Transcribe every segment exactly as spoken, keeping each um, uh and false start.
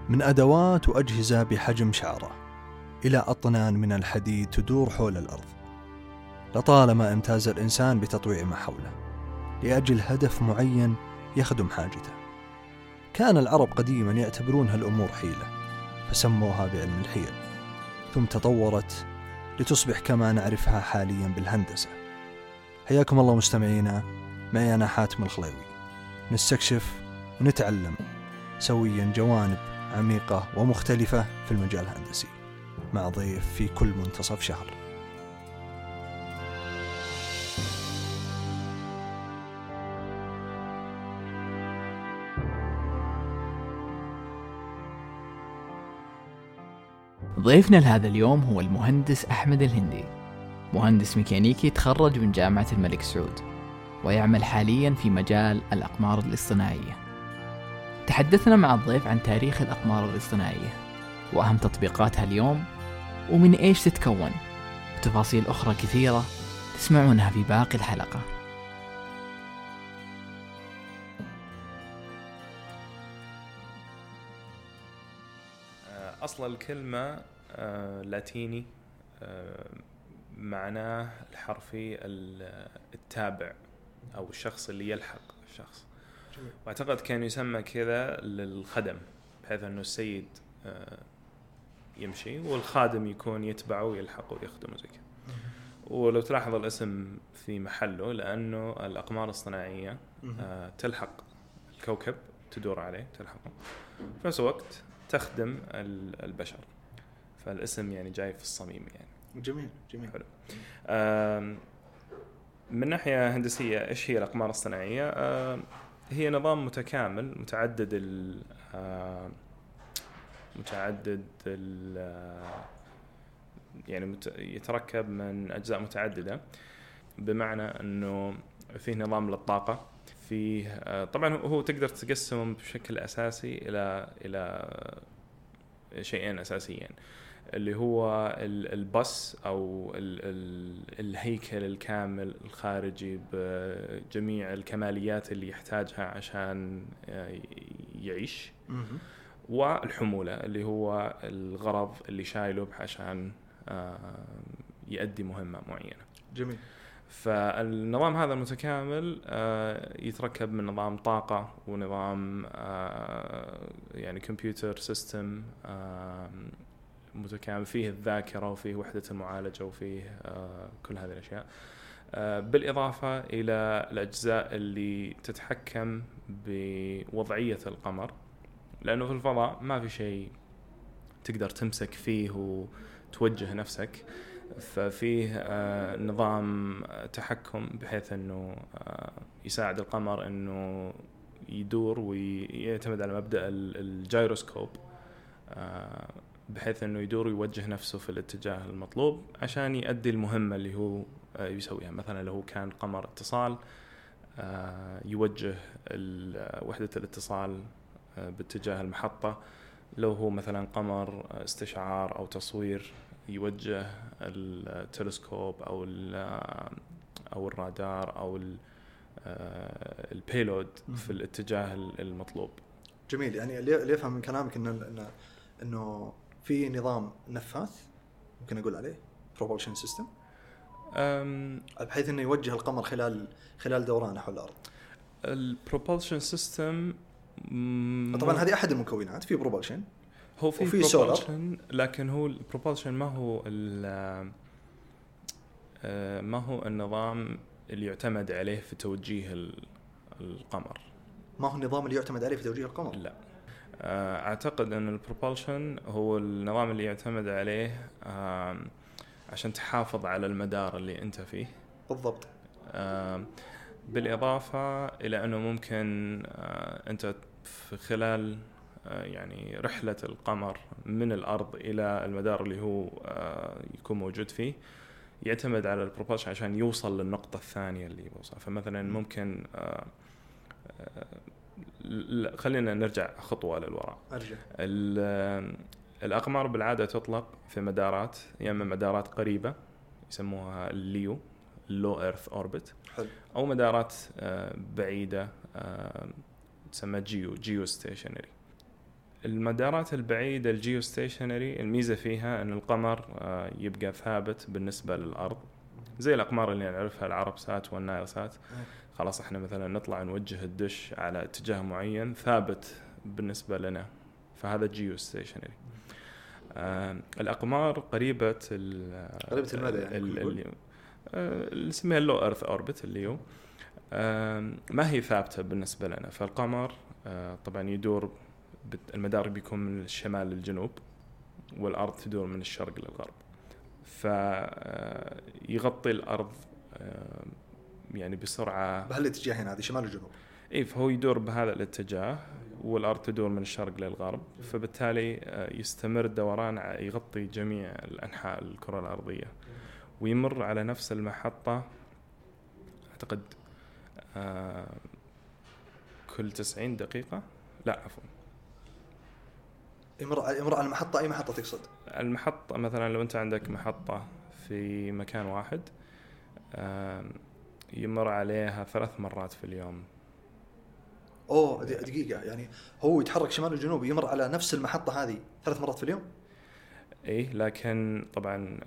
من أدوات وأجهزة بحجم شعرة إلى أطنان من الحديد تدور حول الأرض. لطالما امتاز الإنسان بتطويع ما حوله لأجل هدف معين يخدم حاجته. كان العرب قديما يعتبرون هالأمور حيلة فسموها بعلم الحيل، ثم تطورت لتصبح كما نعرفها حاليا بالهندسة. حياكم الله مستمعينا، معي أنا حاتم الخليوي، نستكشف ونتعلم سويا جوانب عميقة ومختلفة في المجال الهندسي مع ضيف في كل منتصف شهر. ضيفنا لهذا اليوم هو المهندس أحمد الهندي، مهندس ميكانيكي تخرج من جامعة الملك سعود ويعمل حاليا في مجال الأقمار الاصطناعية. تحدثنا مع الضيف عن تاريخ الأقمار الاصطناعية وأهم تطبيقاتها اليوم ومن إيش تتكون، وتفاصيل أخرى كثيرة تسمعونها في باقي الحلقة. أصل الكلمة آه لاتيني، آه معناه الحرفي التابع أو الشخص اللي يلحق الشخص. واعتقد كان يسمى كذا للخدم، بحيث أنه السيد آه يمشي والخادم يكون يتبعه ويلحقه ويخدمه زي كذا. ولو تلاحظ الاسم في محله، لأنه الأقمار الاصطناعية آه تلحق الكوكب، تدور عليه، تلحقه في نفس الوقت تخدم البشر، فالاسم يعني جاي في الصميم يعني. جميل جميل. حلو. من ناحية هندسية إيش هي الأقمار الصناعية؟ هي نظام متكامل متعدد ال متعدد ال يعني يتركب من أجزاء متعددة، بمعنى أنه فيه نظام للطاقة، فيه طبعا هو تقدر تقسمه بشكل أساسي إلى إلى شيئين أساسيين، اللي هو البس أو الهيكل الكامل الخارجي بجميع الكماليات اللي يحتاجها عشان يعيش، والحمولة اللي هو الغرض اللي شايله عشان يؤدي مهمة معينة. جميل. فالنظام هذا المتكامل يتركب من نظام طاقة ونظام يعني كمبيوتر سيستم متكامل، فيه الذاكرة وفيه وحدة المعالجة وفيه كل هذه الأشياء، بالإضافة إلى الأجزاء اللي تتحكم بوضعية القمر، لأنه في الفضاء ما في شيء تقدر تمسك فيه وتوجه نفسك، ففيه آه نظام تحكم بحيث أنه آه يساعد القمر أنه يدور ويعتمد على مبدأ الجيروسكوب، آه بحيث أنه يدور ويوجه نفسه في الاتجاه المطلوب عشان يؤدي المهمة اللي هو آه يسويها. مثلا لو كان قمر اتصال، آه يوجه وحدة الاتصال آه باتجاه المحطة. لو هو مثلا قمر استشعار أو تصوير، يوجه التلسكوب أو أو الرادار أو البيلود في الاتجاه المطلوب. جميل. يعني اللي يفهم من كلامك إنه إنه إنه في نظام نفاث ممكن أقول عليه propulsion system، بحيث إنه يوجه القمر خلال خلال دورانه حول الأرض. البروبولشن سيستم طبعا هذه أحد المكونات في propulsion، هو في propulsion، لكن هو البروبولشن ما هو ما هو النظام اللي يعتمد عليه في توجيه القمر. ما هو النظام اللي يعتمد عليه في توجيه القمر؟ لا، أعتقد أن البروبولشن هو النظام اللي يعتمد عليه عشان تحافظ على المدار اللي أنت فيه. بالضبط. بالإضافة إلى أنه ممكن أنت في خلال يعني رحلة القمر من الأرض إلى المدار اللي هو يكون موجود فيه، يعتمد على البروبولشن عشان يوصل للنقطة الثانية اللي يوصل. فمثلا ممكن خلينا نرجع خطوة للوراء. أرجع. الأقمار بالعادة تطلق في مدارات، يا إما مدارات قريبة يسموها الليو low earth orbit، أو مدارات بعيدة تسمى جيو جيو ستيشنري. المدارات البعيدة الجيو ستيشنري الميزة فيها أن القمر يبقى ثابت بالنسبة للأرض، زي الأقمار اللي نعرفها العرب سات والنايل سات. خلاص احنا مثلا نطلع نوجه الدش على اتجاه معين ثابت بالنسبة لنا، فهذا جيو ستيشنري. آه الأقمار قريبة قريبة المدى يعني اللي آه اسمها اللو أرث أوربت اللي هو آه ما هي ثابتة بالنسبة لنا. فالقمر آه طبعا يدور، المدار بيكون من الشمال للجنوب والأرض تدور من الشرق للغرب، فيغطي الأرض آه يعني بسرعة بهالاتجاهين هذه شمال وجنوب. إيه، فهو يدور بهذا الاتجاه والأرض تدور من الشرق للغرب، فبالتالي يستمر الدوران يغطي جميع الأنحاء الكرة الأرضية ويمر على نفس المحطة أعتقد كل تسعين دقيقة. لا عفوا، يمر يمر على المحطة. أي محطة تقصد؟ المحطة مثلا لو أنت عندك محطة في مكان واحد يمر عليها ثلاث مرات في اليوم. أوه دقيقة، يعني هو يتحرك شمال وجنوب يمر على نفس المحطة هذه ثلاث مرات في اليوم؟ إيه، لكن طبعا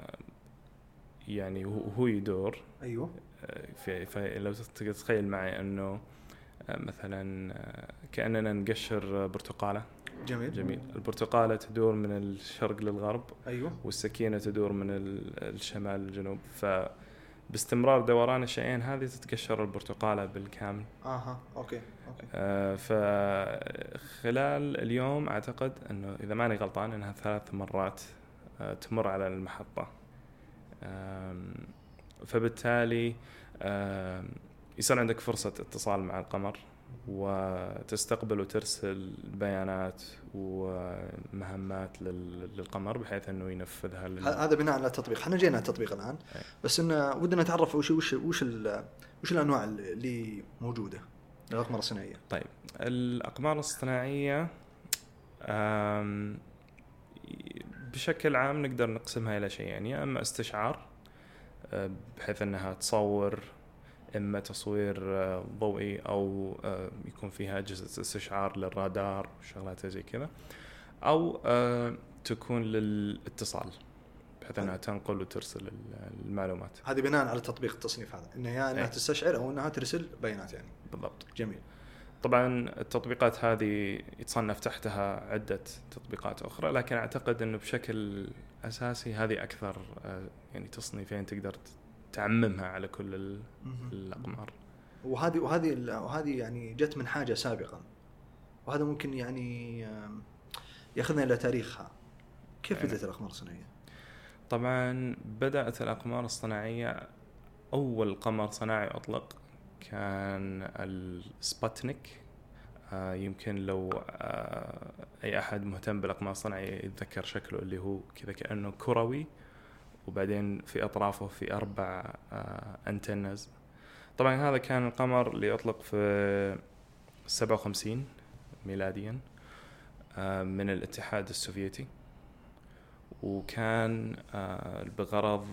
يعني هو يدور. أيوه. في فلو تتخيل معي أنه مثلا كأننا نقشر برتقالة. جميل. جميل. البرتقالة تدور من الشرق للغرب. أيوه. والسكينة تدور من الشمال للجنوب، ف باستمرار دوران الشيئين هذه تتقشر البرتقالة بالكامل. اها اوكي اوكي. آه فخلال اليوم اعتقد انه اذا ماني غلطان انها ثلاث مرات آه تمر على المحطة. آه فبالتالي آه يصير عندك فرصة اتصال مع القمر وتستقبل وترسل بيانات ومهمات للقمر بحيث انه ينفذها لل... هذا بناء على التطبيق. احنا جينا التطبيق الان أي. بس انه ودنا نتعرف وش وش وش وش الانواع اللي موجوده للاقمار الصناعيه. طيب الاقمار الصناعيه بشكل عام نقدر نقسمها الى شيئين، يا اما استشعار بحيث انها تصور، إما تصوير ضوئي أو يكون فيها أجهزة استشعار للرادار وشغلات زي كذا، أو تكون للاتصال بحيث أنها تنقل وترسل المعلومات. هذه بناء على تطبيق التصنيف هذا، إنها يا أنها تستشعر أو أنها ترسل بيانات يعني. بالضبط. جميل. طبعا التطبيقات هذه يتصنف تحتها عدة تطبيقات أخرى، لكن أعتقد أنه بشكل أساسي هذه أكثر يعني تصنيفين تقدر تعممها على كل الأقمار. وهذه وهذه وهذه يعني جت من حاجة سابقا، وهذا ممكن يعني ياخذنا إلى تاريخها. كيف بدأت يعني الأقمار الصناعية؟ طبعا بدأت الأقمار الصناعية، أول قمر صناعي أطلق كان السبوتنيك. آه يمكن لو آه أي أحد مهتم بالأقمار الصناعية يتذكر شكله اللي هو كذا كأنه كروي، وبعدين في أطرافه في أربع آه أنتنز. طبعا هذا كان القمر اللي أطلق في سبعة وخمسين ميلاديا آه من الاتحاد السوفيتي، وكان آه بغرض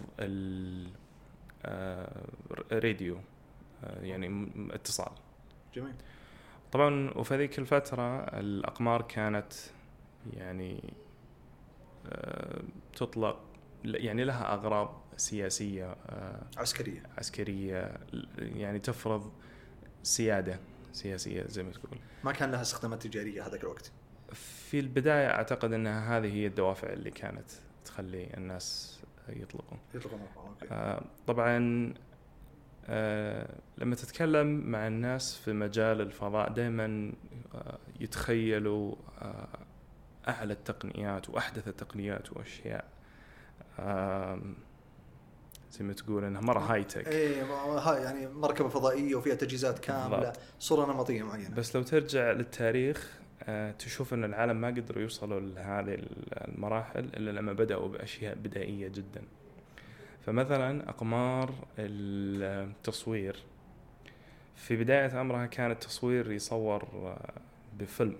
الراديو آه يعني اتصال. جميل. طبعا وفي ذيك الفترة الأقمار كانت يعني آه تطلق يعني لها أغراض سياسية آه عسكرية عسكرية يعني تفرض سيادة سياسية زي ما تقول. ما كان لها استخدامات تجارية هذاك الوقت. في البداية أعتقد أنها هذه هي الدوافع اللي كانت تخلي الناس يطلقون يطلقون آه طبعا آه لما تتكلم مع الناس في مجال الفضاء دائما آه يتخيلوا آه أعلى التقنيات وأحدث التقنيات وأشياء آه زي ما تقول انها مره هاي تك. ايه هاي يعني مركبه فضائيه وفيها تجهيزات كامله بالضبط. صوره نمطيه معينه. بس لو ترجع للتاريخ آه تشوف ان العالم ما قدروا يوصلوا لهذه المراحل الا لما بداوا باشياء بدائيه جدا. فمثلا اقمار التصوير في بدايه امرها كان التصوير يصور بفيلم.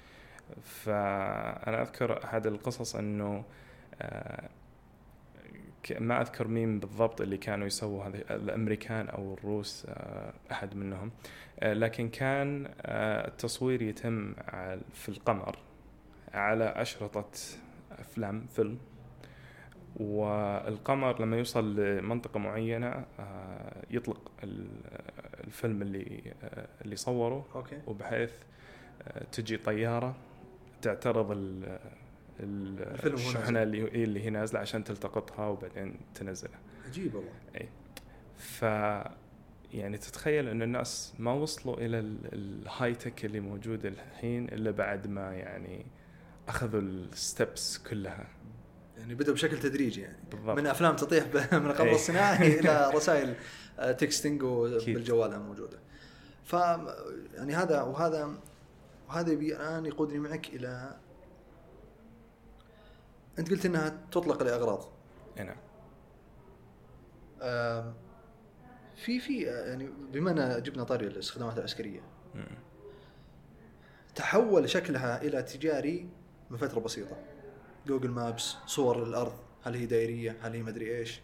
فانا اذكر احد القصص انه آه ما أذكر مين بالضبط اللي كانوا يسووا هذه، الأمريكان أو الروس أحد منهم، لكن كان التصوير يتم في القمر على أشرطة أفلام فيلم، والقمر لما يوصل لمنطقة معينة يطلق الفيلم اللي اللي صوره، وبحيث تجي طيارة تعترض الشحنة اللي اللي هي نازلة عشان تلتقطها وبعدين تنزلها. عجيب والله. أي. ف يعني تتخيل أن الناس ما وصلوا إلى الهاي تك اللي موجود الحين إلا بعد ما يعني أخذوا الستبس كلها. يعني بدأ بشكل تدريجي يعني بالضبط. من أفلام تطيح من القمر الصناعي إلى رسائل تكستينج بالجوال موجودة. ف يعني هذا وهذا وهذا الآن يقودني معك إلى، أنت قلت إنها تطلق لأغراض. نعم. آه في في يعني بما أن جبنا طاري الاستخدامات العسكرية، م. تحول شكلها إلى تجاري من فترة بسيطة. جوجل مابس، صور الأرض، هل هي دائرية، هل هي مدري إيش.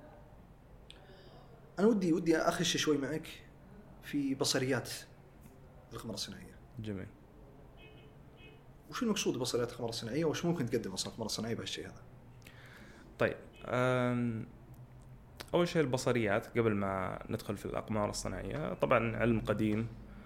أنا ودي ودي أخش شوي معك في بصريات الأقمار الصناعية. جميل. وش المقصود ببصريات الأقمار الصناعية، وش ممكن تقدم أصلا الأقمار الصناعية بهالشيء هذا؟ طيب، أول شيء البصريات قبل ما ندخل في الأقمار الصناعية، طبعا علم قديم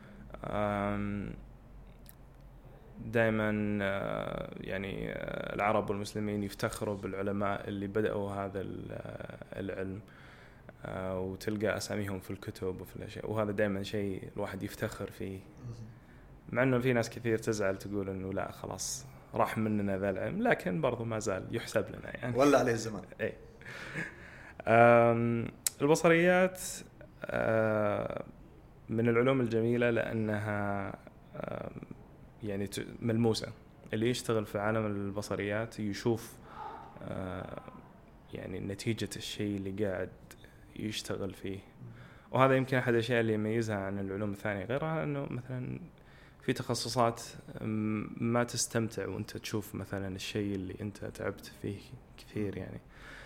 دائما، يعني العرب والمسلمين يفتخروا بالعلماء اللي بدأوا هذا العلم، وتلقى أساميهم في الكتب وفي الأشياء، وهذا دائما شيء الواحد يفتخر فيه، مع أنه في ناس كثير تزعل تقول أنه لا خلاص راح مننا ذا العلم، لكن برضو ما زال يحسب لنا يعني ولا عليه الزمان. أي. البصريات من العلوم الجميلة لأنها يعني ملموسة. اللي يشتغل في عالم البصريات يشوف يعني نتيجة الشيء اللي قاعد يشتغل فيه، وهذا يمكن أحد الأشياء اللي يميزها عن العلوم الثانية، غيرها أنه مثلا في تخصصات ما تستمتع وأنت تشوف مثلا الشيء اللي أنت تعبت فيه كثير يعني.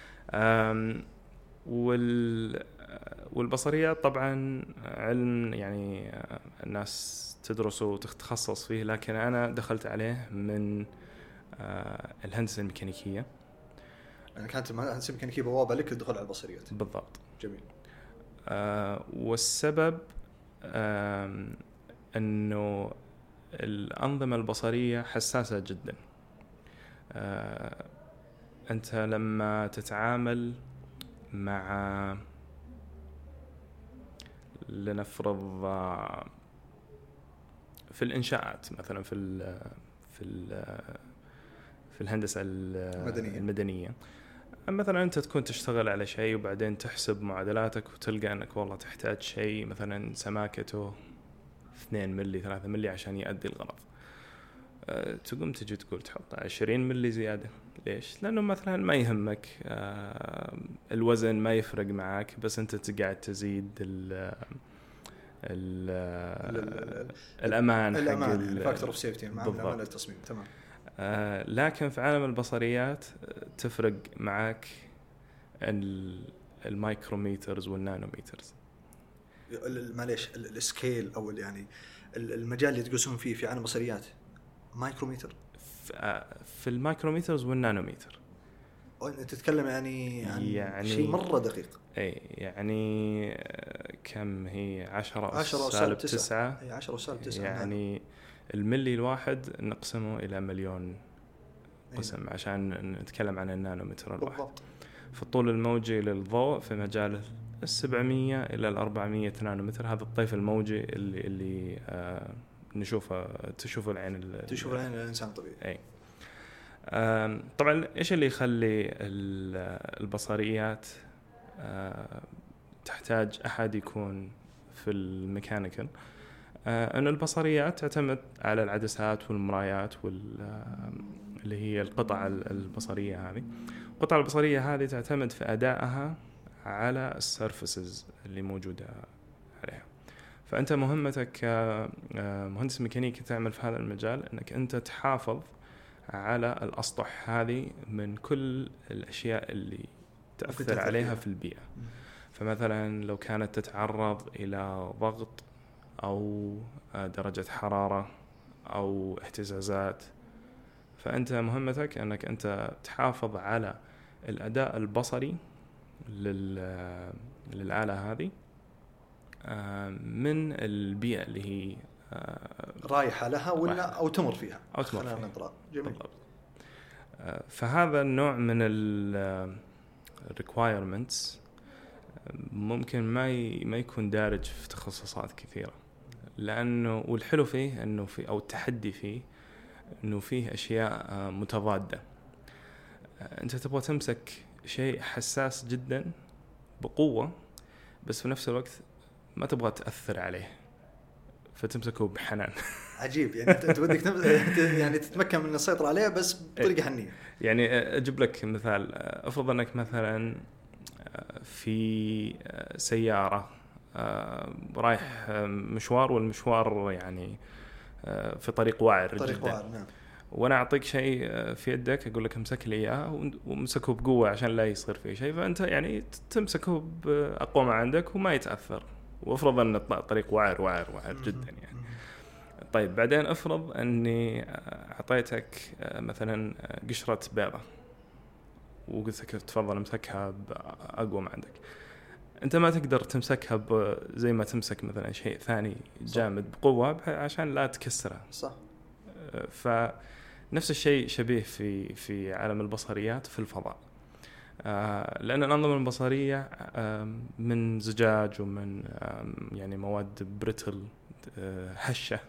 وال والبصريات طبعا علم يعني الناس تدرسه وتتخصص فيه، لكن أنا دخلت عليه من الهندسة الميكانيكية. يعني كانت الهندسة الميكانيكية بوابة لك الدخول على البصريات. بالضبط. جميل. آه والسبب آه أنه الأنظمة البصرية حساسة جدا. آه أنت لما تتعامل مع لنفرض في الإنشاءات مثلا في ال في ال في الهندسة المدنية, المدنية. مثلا أنت تكون تشتغل على شيء وبعدين تحسب معادلاتك وتلقى أنك والله تحتاج شيء مثلا سماكته اثنين ملي ثلاثة ملي عشان يؤدي الغرض. أه تقوم تجي تقول تحط عشرين ملي زيادة. ليش؟ لأنه مثلا ما يهمك، أه الوزن ما يفرق معك، بس أنت قاعد تزيد ال ال الأمان الأمان الفاكتور اوف سيفتي مع عمل التصميم. تمام. آه لكن في عالم البصريات تفرق معك المايكروميترز والنانوميترز. معليش السكيل او يعني المجال اللي تقيسون فيه في عالم البصريات مايكروميتر. في المايكروميترز والنانوميتر انت تتكلم يعني عن يعني شيء مره دقيق. اي يعني كم هي عشرة سالب تسعة. اي عشرة سالب تسعة يعني نانو. الملي الواحد نقسمه إلى مليون قسم. أيه. عشان نتكلم عن النانومتر الواحد. في الطول الموجي للضوء في مجال السبعمية إلى الأربعمية نانومتر، هذا الطيف الموجي اللي اللي آه نشوفه تشوفه العين تشوف العين الإنسان طبيعي. أي. آه طبعا إيش اللي يخلي البصريات آه تحتاج أحد يكون في الميكانيكال؟ أن البصريات تعتمد على العدسات والمرايات واللي هي القطع البصرية هذه. القطع البصرية هذه تعتمد في أدائها على السيرفسز اللي موجودة عليها. فأنت مهمتك كمهندس ميكانيكي تعمل في هذا المجال أنك أنت تحافظ على الأسطح هذه من كل الأشياء اللي تأثر عليها في البيئة. فمثلا لو كانت تتعرض إلى ضغط أو درجة حرارة أو اهتزازات، فأنت مهمتك أنك أنت تحافظ على الأداء البصري للآلة هذه من البيئة اللي هي رايحة لها ولا رايحة. أو تمر فيها أو تمر فيها. جميل. فهذا النوع من ال requirements ممكن ما ما يكون دارج في تخصصات كثيرة، لأنه والحلو فيه أنه في أو التحدي فيه أنه فيه أشياء متضادة. أنت تبغى تمسك شيء حساس جدا بقوة، بس في نفس الوقت ما تبغى تأثر عليه، فتمسكه بحنان. عجيب. يعني أنت ودك يعني تتمكن من السيطرة عليه بس بطريقة حنية. يعني أجيب لك مثال. أفرض أنك مثلا في سيارة رايح مشوار، والمشوار يعني في طريق وعر طريق جدا، وعر. نعم. وانا اعطيك شيء في يدك اقول لك امسك لي اياه وامسكه بقوه عشان لا يصير فيه شيء، فانت يعني تمسكه باقوى ما عندك وما يتاثر. وافرض ان الطريق وعر وعر وعر جدا يعني. طيب بعدين افرض اني اعطيتك مثلا قشره بيضه وقلت لك تفضل امسكها باقوى ما عندك، انت ما تقدر تمسكها زي ما تمسك مثلا شيء ثاني جامد بقوه عشان لا تكسرها. صح. فنفس الشيء شبيه في في عالم البصريات في الفضاء، لأن الأنظمة البصرية من زجاج ومن يعني مواد بريتل هشة،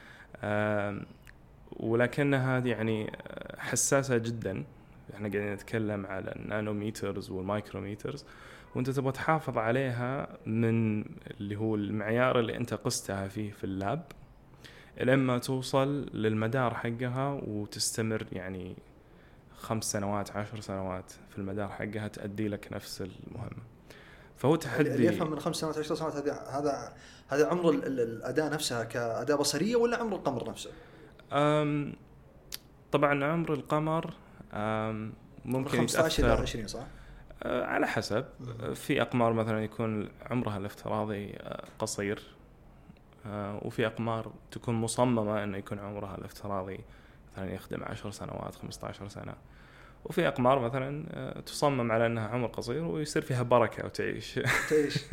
ولكنها يعني حساسة جدا. احنا قاعدين نتكلم على النانوميترز والمايكروميترز، وانت تبغى تحافظ عليها من اللي هو المعيار اللي انت قستها فيه في اللاب لما توصل للمدار حقها وتستمر يعني خمس سنوات عشر سنوات في المدار حقها تأدي لك نفس المهمة. فهو تحدي. اللي يفهم من خمس سنوات عشر سنوات هذا هذا هذا عمر الأداة نفسها كأداة بصرية ولا عمر القمر نفسه؟ أم طبعا عمر القمر أم ممكن خمسة عشر إلى عشرين صح؟ أه على حسب. في أقمار مثلا يكون عمرها الافتراضي قصير، وفي أقمار تكون مصممة أنه يكون عمرها الافتراضي مثلا يخدم عشر سنوات خمسة عشر سنة، وفي أقمار مثلا تصمم على أنها عمر قصير ويصير فيها بركة وتعيش تعيش.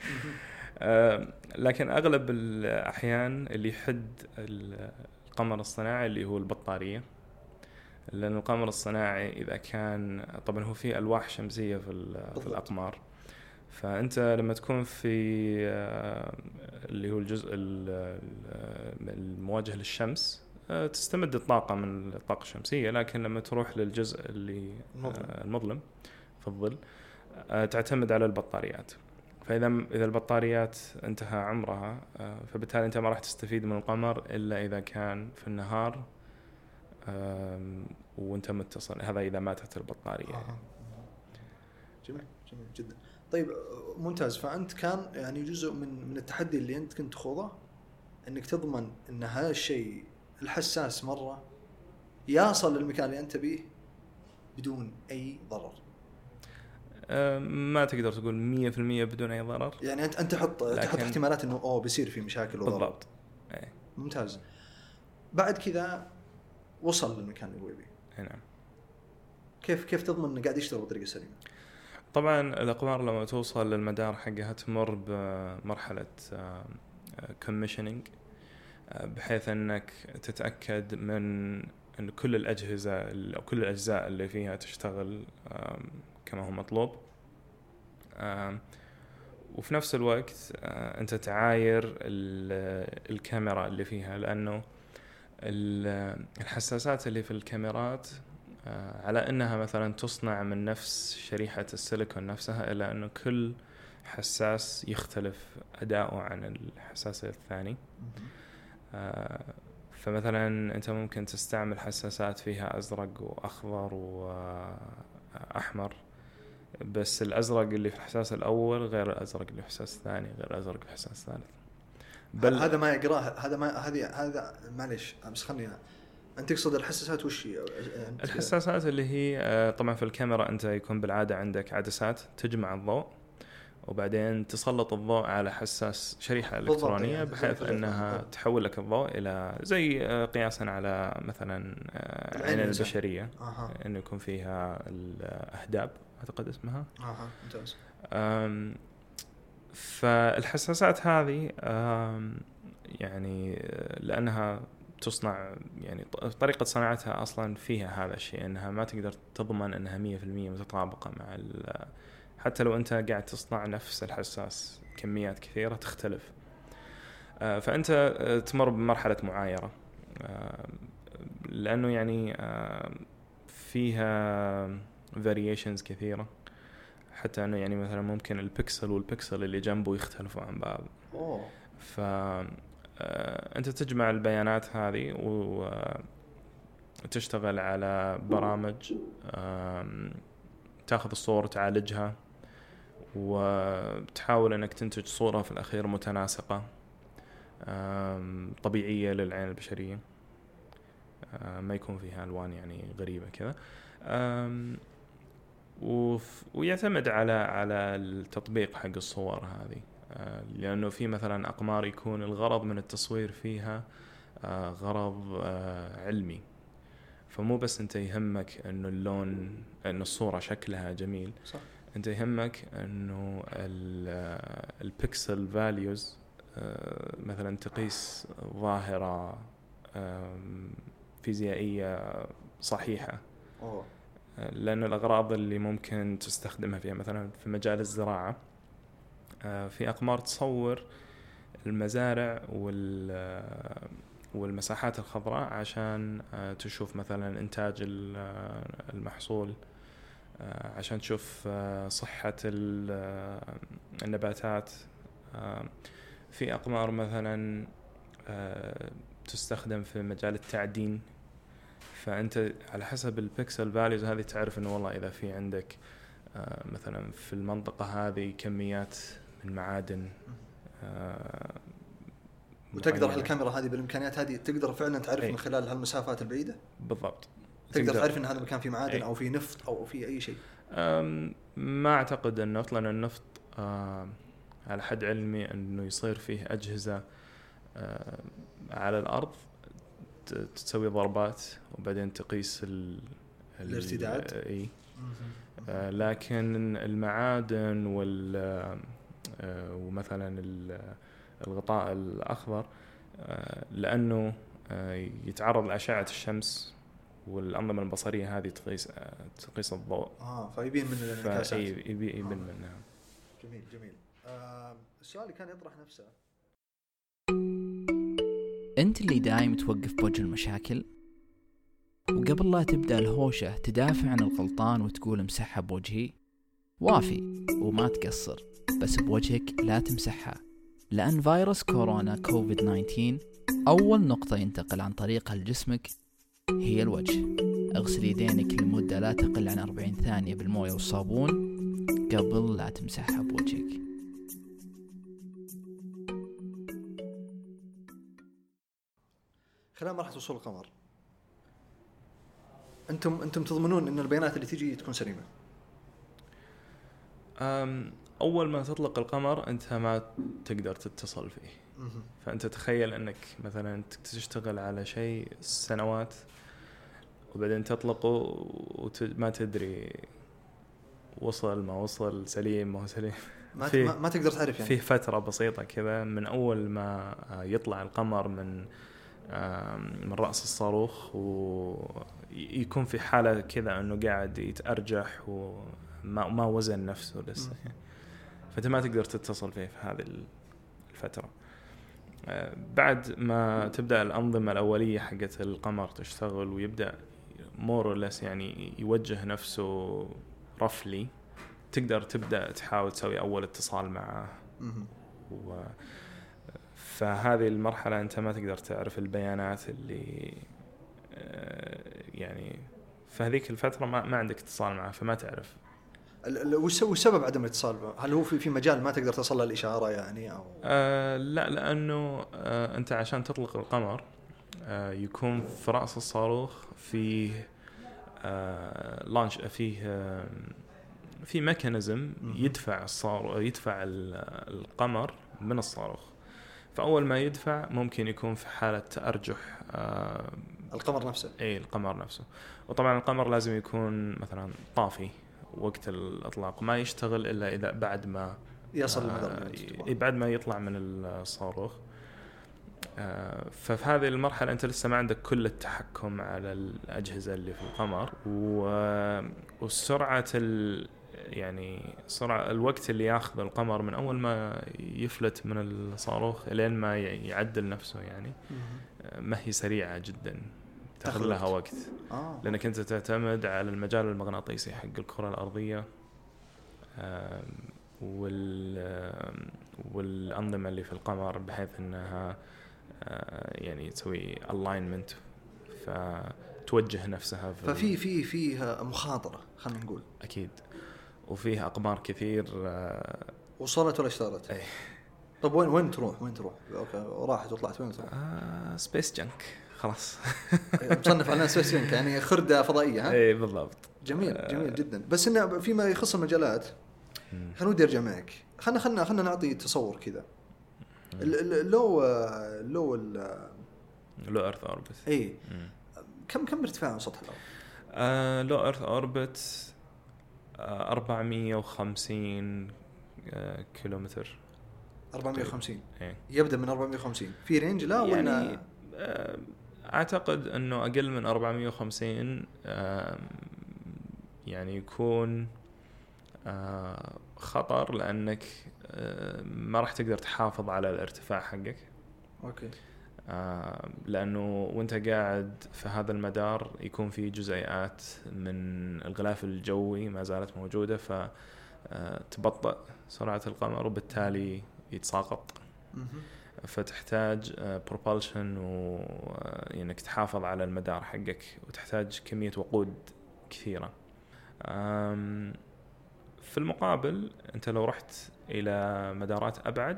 لكن أغلب الأحيان اللي يحد القمر الصناعي اللي هو البطارية، لأن القمر الصناعي إذا كان طبعا هو فيه ألواح شمسية في, في الأقمار، فأنت لما تكون في اللي هو الجزء المواجه للشمس تستمد الطاقة من الطاقة الشمسية، لكن لما تروح للجزء اللي المظلم في الظل تعتمد على البطاريات. فإذا إذا البطاريات انتهى عمرها، فبالتالي أنت ما راح تستفيد من القمر إلا إذا كان في النهار وأنت متصل، هذا إذا ماتت البطارية. آه. جميل جميل جدا. طيب ممتاز. فأنت كان يعني جزء من من التحدي اللي أنت كنت تخوضه إنك تضمن إن هذا الشيء الحساس مرة يصل للمكان اللي أنت بيه بدون أي ضرر. أه ما تقدر تقول مية في المية بدون أي ضرر، يعني أنت أنت تحط تحط احتمالات إنه أوه بيصير في مشاكل وضرر. بالضبط. أي. ممتاز. بعد كذا وصل للمكان اللي هو يبيه. نعم. كيف كيف تضمن إنه قاعد يشتغل بطريقة سليمة؟ طبعا الأقمار لما توصل للمدار حقها تمر بمرحلة commissioning، بحيث أنك تتأكد من أن كل الأجهزة أو كل الأجزاء اللي فيها تشتغل كما هو مطلوب، وفي نفس الوقت أنت تعاير الكاميرا اللي فيها، لأنه الحساسات اللي في الكاميرات على أنها مثلا تصنع من نفس شريحة السيليكون نفسها، إلا أنه كل حساس يختلف أداؤه عن الحساس الثاني. فمثلا أنت ممكن تستعمل حساسات فيها أزرق وأخضر وأحمر، بس الأزرق اللي في الحساس الأول غير الأزرق اللي في الحساس الثاني غير الأزرق في الحساس الثالث. بل هذا ما يقراه هذا ما هذه هذا معلش بس خلينا أنت تقصد الحساسات وش هي؟ الحساسات اللي هي طبعا في الكاميرا أنت يكون بالعادة عندك عدسات تجمع الضوء وبعدين تسلط الضوء على حساس شريحة إلكترونية يعني بحيث أنها بالضبط. تحول لك الضوء إلى زي قياسا على مثلا العين البشرية آه. إنه يكون فيها الأهداب أعتقد اسمها آه. ممتاز. فالحساسات هذه يعني لأنها تصنع يعني طريقة صناعتها أصلا فيها هذا الشيء أنها ما تقدر تضمن أنها مية في المية متطابقة مع حتى لو أنت قاعد تصنع نفس الحساس كميات كثيرة تختلف. فأنت تمر بمرحلة معايرة لأنه يعني فيها variations كثيرة حتى أنه يعني مثلا ممكن البكسل والبكسل اللي جنبه يختلفوا عن بعض. فأنت تجمع البيانات هذه وتشتغل على برامج تأخذ الصور تعالجها وتحاول أنك تنتج صورة في الأخير متناسقة طبيعية للعين البشرية ما يكون فيها ألوان يعني غريبة كذا. ويعتمد على على التطبيق حق الصور هذه لأنه في مثلا أقمار يكون الغرض من التصوير فيها غرض علمي فمو بس أنت يهمك إنه اللون إنه الصورة شكلها جميل صح. أنت يهمك إنه البيكسل فاليوز مثلا تقيس ظاهرة فيزيائية صحيحة أوه. لأن الأغراض اللي ممكن تستخدمها فيها مثلا في مجال الزراعة في أقمار تصور المزارع والمساحات الخضراء عشان تشوف مثلا إنتاج المحصول عشان تشوف صحة النباتات. في أقمار مثلا تستخدم في مجال التعدين فأنت على حسب البيكسل فاليوز هذه تعرف إنه والله إذا في عندك مثلا في المنطقة هذه كميات من معادن وتقدر الكاميرا هذه بالإمكانيات هذه تقدر فعلا تعرف أي. من خلال هالمسافات البعيدة بالضبط تقدر, تقدر تعرف إن هذا المكان فيه معادن أي. أو فيه نفط أو فيه أي شيء. ما أعتقد النفط لأن النفط على حد علمي أنه يصير فيه أجهزة على الأرض تسوي ضربات وبعدين تقيس الارتداد اي آه لكن المعادن وال آه ومثلا الغطاء الأخضر آه لأنه آه يتعرض لأشعة الشمس والأنظمة البصرية هذه تقيس آه تقيس الضوء اه فيبين من الانعكاسات يبين يبين آه. منها. جميل جميل. آه السؤال كان يطرح نفسه أنت اللي دايم توقف بوجه المشاكل وقبل لا تبدأ الهوشة تدافع عن الغلطان وتقول امسحها بوجهي وافي وما تقصر بس بوجهك لا تمسحها لأن فيروس كورونا كوفيد تسعة عشر أول نقطة ينتقل عن طريقها لجسمك هي الوجه. اغسل يدينك لمدة لا تقل عن أربعين ثانية بالموية والصابون قبل لا تمسحها بوجهك. خلال مرحلة وصول القمر أنتم أنتم تضمنون إن البيانات اللي تيجي تكون سليمة؟ أول ما تطلق القمر أنت ما تقدر تتصل فيه فأنت تخيل أنك مثلا تشتغل على شيء سنوات وبعدين تطلقه وما تدري وصل ما وصل سليم ما هو سليم ما, ما تقدر تعرف يعني فيه فترة بسيطة كذا من أول ما يطلع القمر من من رأس الصاروخ ويكون في حالة كذا أنه قاعد يتأرجح وما ما وزن نفسه لسه يعني. فأنت ما تقدر تتصل فيه في هذه الفترة. بعد ما تبدأ الأنظمة الأولية حقت القمر تشتغل ويبدأ more or less يعني يوجه نفسه رفلي تقدر تبدأ تحاول تسوي أول اتصال معه و فهذه المرحلة أنت ما تقدر تعرف البيانات اللي يعني في هذيك الفترة ما, ما عندك اتصال معه فما تعرف وش سبب عدم الاتصال. هل هو في في مجال ما تقدر تصل له الإشارة يعني أو آه لا لأنه آه أنت عشان تطلق القمر آه يكون في رأس الصاروخ فيه آه لانش فيه آه في ميكانيزم يدفع الصاروخ يدفع القمر من الصاروخ. فأول ما يدفع ممكن يكون في حالة تأرجح آه القمر نفسه. اي القمر نفسه. وطبعا القمر لازم يكون مثلا طافي وقت الإطلاق، ما يشتغل إلا إذا بعد ما يصل آه بعد ما يطلع من الصاروخ. آه ففي هذه المرحلة أنت لسه ما عندك كل التحكم على الأجهزة اللي في القمر، والسرعة يعني سرعة الوقت اللي ياخذ القمر من أول ما يفلت من الصاروخ لين ما يعدل نفسه يعني ما هي سريعة جدا، تاخذ لها وقت. آه. لأنك أنت تعتمد على المجال المغناطيسي حق الكرة الأرضية وال والأنظمة اللي في القمر بحيث أنها يعني تسوي alignment فتوجه نفسها في ففي في فيها مخاطرة خلينا نقول. أكيد. وفيها أقمار كثير. وصلت ولا اشتغلت؟ أي. طب وين وين تروح وين تروح؟ أوكي وراحت وطلعت وين تروح؟ آه سبيس جنك خلاص. مصنف على سبيس جنك يعني خردة فضائية ها؟ إيه بالضبط. جميل جميل جدا. بس إنه فيما يخص المجالات خلنا ودي أرجع معك. خلنا خلنا خلنا نعطي تصور كذا. لو لو لو أرث أوربت. إيه. كم كم ارتفاع عن سطح الأرض؟ آه لو أرث أوربت آه أربعمية وخمسين آه كيلومتر. أربعمية وخمسين. إيه. يبدأ من أربعمية وخمسين. في رينج لا ولا؟ يعني آه أعتقد إنه أقل من أربعمية وخمسين آه يعني يكون آه خطر، لأنك آه ما راح تقدر تحافظ على الارتفاع حقك. أوكي. آه لأنه وانت قاعد في هذا المدار يكون في جزيئات من الغلاف الجوي ما زالت موجودة، فتبطئ سرعة القمر وبالتالي يتساقط. فتحتاج propulsion وإنك تحافظ على المدار حقك، وتحتاج كمية وقود كثيرة. في المقابل أنت لو رحت إلى مدارات أبعد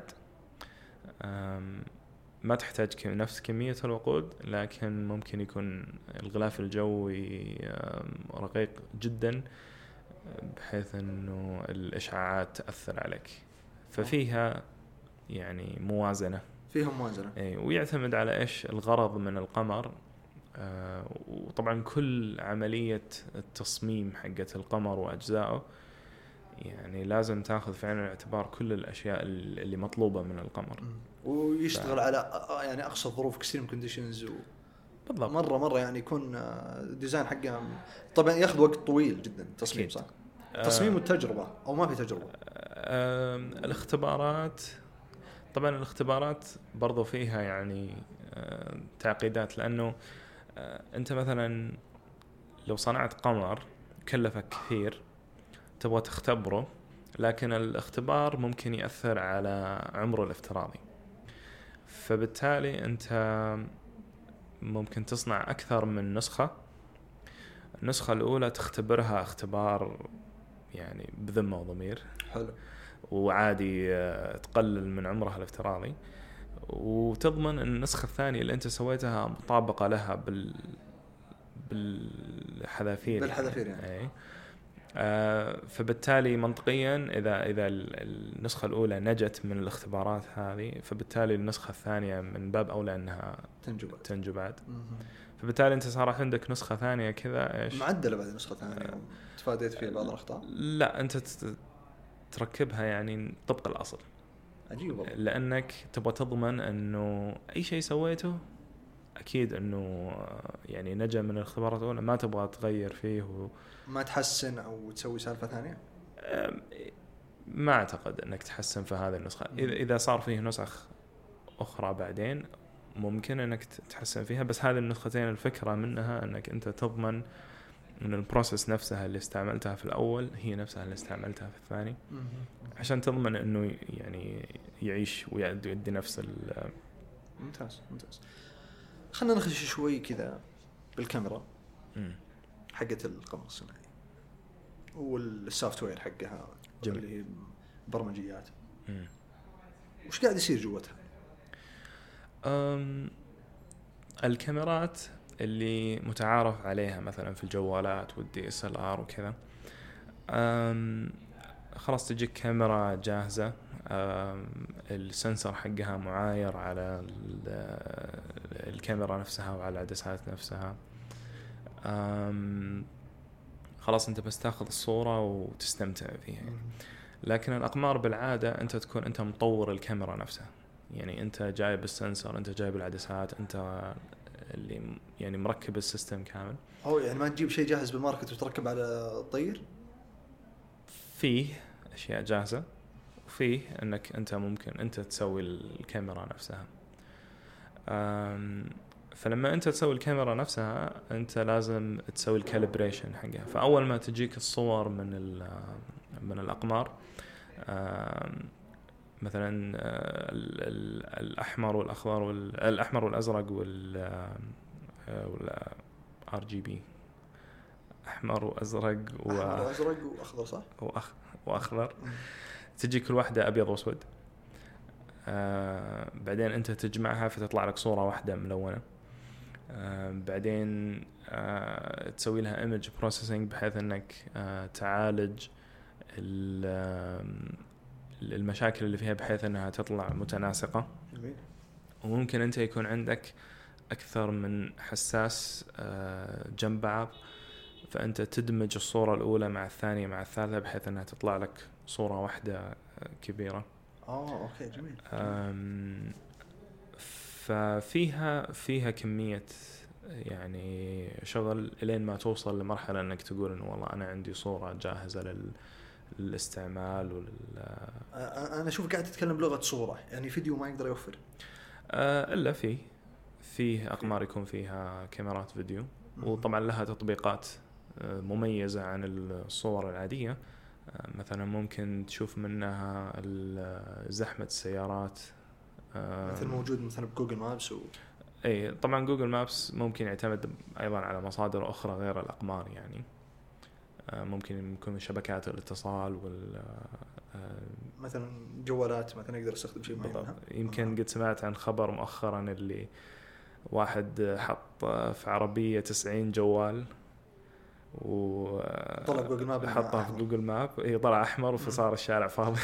ما تحتاج نفس كمية الوقود، لكن ممكن يكون الغلاف الجوي رقيق جدا بحيث أنه الإشعاعات تأثر عليك. ففيها يعني موازنة. فيها موازنة. أي. ويعتمد على إيش الغرض من القمر. آه وطبعا كل عملية التصميم حقة القمر وأجزائه يعني لازم تأخذ في عين الاعتبار كل الأشياء اللي مطلوبة من القمر. ويشتغل ف... على يعني أقصى ظروف extreme conditions و... بالضبط. مرة مرة يعني يكون ديزاين حقه طبعا يأخذ وقت طويل جدا تصميم. صح. تصميم والتجربة أو ما في تجربة. آه الاختبارات طبعا الاختبارات برضو فيها يعني آه تعقيدات، لأنه آه أنت مثلا لو صنعت قمر كلفك كثير تبغى تختبره، لكن الاختبار ممكن يأثر على عمره الافتراضي، فبالتالي أنت ممكن تصنع أكثر من نسخة. النسخة الأولى تختبرها اختبار يعني بذمة وضمير. حلو. وعادي تقلل من عمرها الافتراضي، وتضمن أن النسخة الثانية اللي أنت سويتها مطابقة لها بال بالحذافير بالحذافير يعني, يعني. آه فبالتالي منطقيا إذا إذا النسخة الأولى نجت من الاختبارات هذه، فبالتالي النسخة الثانية من باب أولى أنها تنجو تنجو بعد. فبالتالي أنت صار عندك نسخة ثانية كذا إيش معدلة بعد نسخة ثانية آه تفاديت فيها بعض الأخطاء. لا أنت تركبها يعني طبق الأصل. عجيب والله. لأنك تبغى تضمن أنه أي شيء سويته أكيد أنه يعني نجا من الاختبارات الأولى، ما تبغى تغير فيه و... ما تحسن أو تسوي سالفة ثانية. ما أعتقد أنك تحسن في هذه النسخة. إذا إذا صار فيه نسخ أخرى بعدين ممكن أنك تحسن فيها، بس هذه النسختين الفكرة منها أنك أنت تضمن أن البروسيس نفسها اللي استعملتها في الأول هي نفسها اللي استعملتها في الثاني، عشان تضمن أنه يعني يعيش ويؤدي نفس ال. ممتاز ممتاز. خلنا نخش شوي كذا بالكاميرا حقة القمر الصناعي والسوفت وير حقها اللي برمجيات. وش قاعد يصير جوتها؟ أم الكاميرات اللي متعارف عليها مثلا في الجوالات والدي اس ال ار وكذا، خلاص تجيك كاميرا جاهزة، السنسر حقها معاير على الكاميرا نفسها وعلى العدسات نفسها. خلاص انت بس تاخذ الصورة وتستمتع فيها. لكن الأقمار بالعادة انت تكون انت مطور الكاميرا نفسها، يعني انت جايب السنسر، انت جايب العدسات، انت اللي يعني مركب السيستم كامل. هو يعني ما تجيب شيء جاهز بالماركت وتركب على الطير؟ فيه أشياء جاهزة، وفيه أنك أنت ممكن أنت تسوي الكاميرا نفسها. فلما أنت تسوي الكاميرا نفسها أنت لازم تسوي الكاليبريشن حقها. فأول ما تجيك الصور من من الأقمار، مثلا الأحمر والأخضر والأحمر والأزرق وال آر جي بي، أحمر وأزرق و... أحمر وأزرق وأخضر، صح؟ وأخ... وأخضر. تجي كل واحدة أبيض وأسود. آه... بعدين أنت تجمعها فتطلع لك صورة واحدة ملونة. آه... بعدين آه... تسوي لها image processing بحيث أنك آه... تعالج المشاكل اللي فيها بحيث أنها تطلع متناسقة. وممكن أنت يكون عندك أكثر من حساس آه... جنب بعض، فأنت تدمج الصورة الأولى مع الثانية مع الثالثة بحيث أنها تطلع لك صورة واحدة كبيرة. آه أوكي جميل. ففيها فيها كمية يعني شغل إلين ما توصل لمرحلة أنك تقول إنه والله أنا عندي صورة جاهزة لل للاستعمال ولل. أنا أشوف قاعد تتكلم بلغة صورة، يعني فيديو ما يقدر يوفر. أه إلا فيه فيه أقمار يكون فيها كاميرات فيديو، وطبعا لها تطبيقات مميزة عن الصور العادية. مثلا ممكن تشوف منها زحمة السيارات، مثل موجود مثلا بجوجل مابس و... اي طبعا جوجل مابس ممكن يعتمد ايضا على مصادر اخرى غير الاقمار، يعني ممكن يكون شبكات الاتصال وال مثلا جوالات مثلا يقدر يستخدم شيء معين. يمكن قد سمعت عن خبر مؤخرا اللي واحد حط في عربية تسعين جوال وطلع جوجل ماب، حطها في جوجل ماب، هي طلع أحمر فصار الشارع فاضي.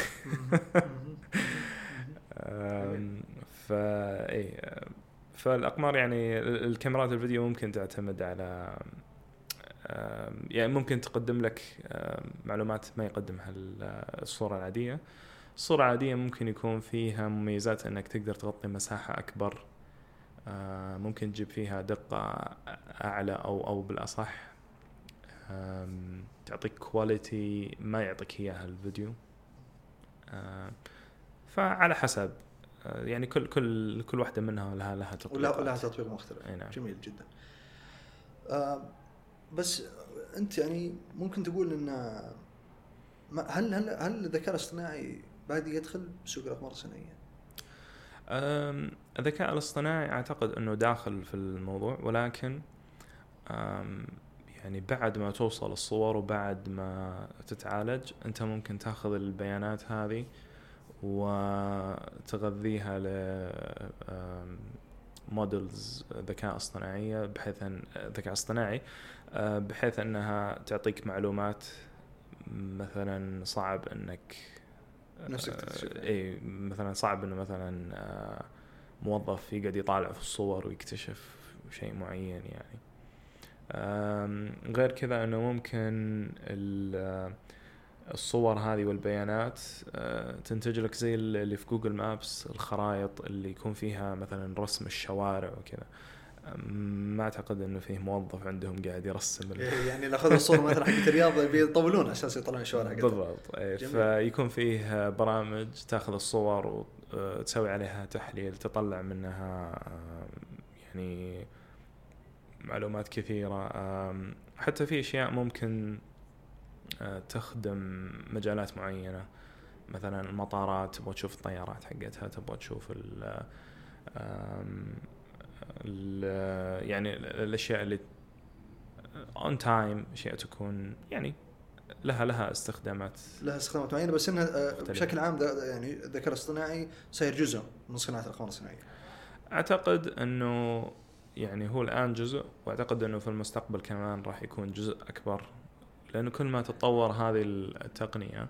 فا إيه فالأقمار يعني الكاميرات الفيديو ممكن تعتمد على يعني ممكن تقدم لك معلومات ما يقدمها الصورة العادية. الصورة العادية ممكن يكون فيها مميزات أنك تقدر تغطي مساحة أكبر، ممكن تجيب فيها دقة أعلى أو أو بالأصح تعطيك كواليتي ما يعطيك إياها الفيديو. فعلى حسب يعني كل كل كل واحدة منها لها لها تطبيق ولها تطبيق مختلف. نعم. جميل جدا. بس أنت يعني ممكن تقول إن هل هل هل الذكاء الاصطناعي بادئ يدخل بسوق الأقمار الصناعية؟ الذكاء الاصطناعي أعتقد أنه داخل في الموضوع، ولكن يعني بعد ما توصل الصور وبعد ما تتعالج أنت ممكن تأخذ البيانات هذه وتغذيها لمودلز ذكاء اصطناعية بحيث أن ذكاء اصطناعي بحيث أنها تعطيك معلومات مثلا صعب أنك إيه مثلا صعب إنه مثلا موظف يقعد يطالع في الصور ويكتشف شيء معين يعني. غير كذا إنه ممكن الصور هذه والبيانات تنتج لك زي اللي في جوجل مابس، الخرائط اللي يكون فيها مثلا رسم الشوارع وكذا. ما أعتقد إنه فيه موظف عندهم قاعد يرسم يعني لأخذ الصورة مثلا حقت الرياض بيطولون أساس يطلعون الشوارع حقتها. بالضبط. فيكون فيه برامج تأخذ الصور وتسوي عليها تحليل تطلع منها يعني معلومات كثيرة. حتى في أشياء ممكن تخدم مجالات معينة، مثلا المطارات تبغى تشوف الطيارات حقتها، تبغى تشوف ال يعني الأشياء اللي on time، أشياء تكون يعني لها لها استخدامات لها استخدامات معينة، بس إنها بشكل عام يعني الذكاء الاصطناعي صار جزء من صناعة الأقمار الصناعية. أعتقد أنه يعني هو الآن جزء، وأعتقد أنه في المستقبل كمان راح يكون جزء أكبر، لأنه كل ما تتطور هذه التقنية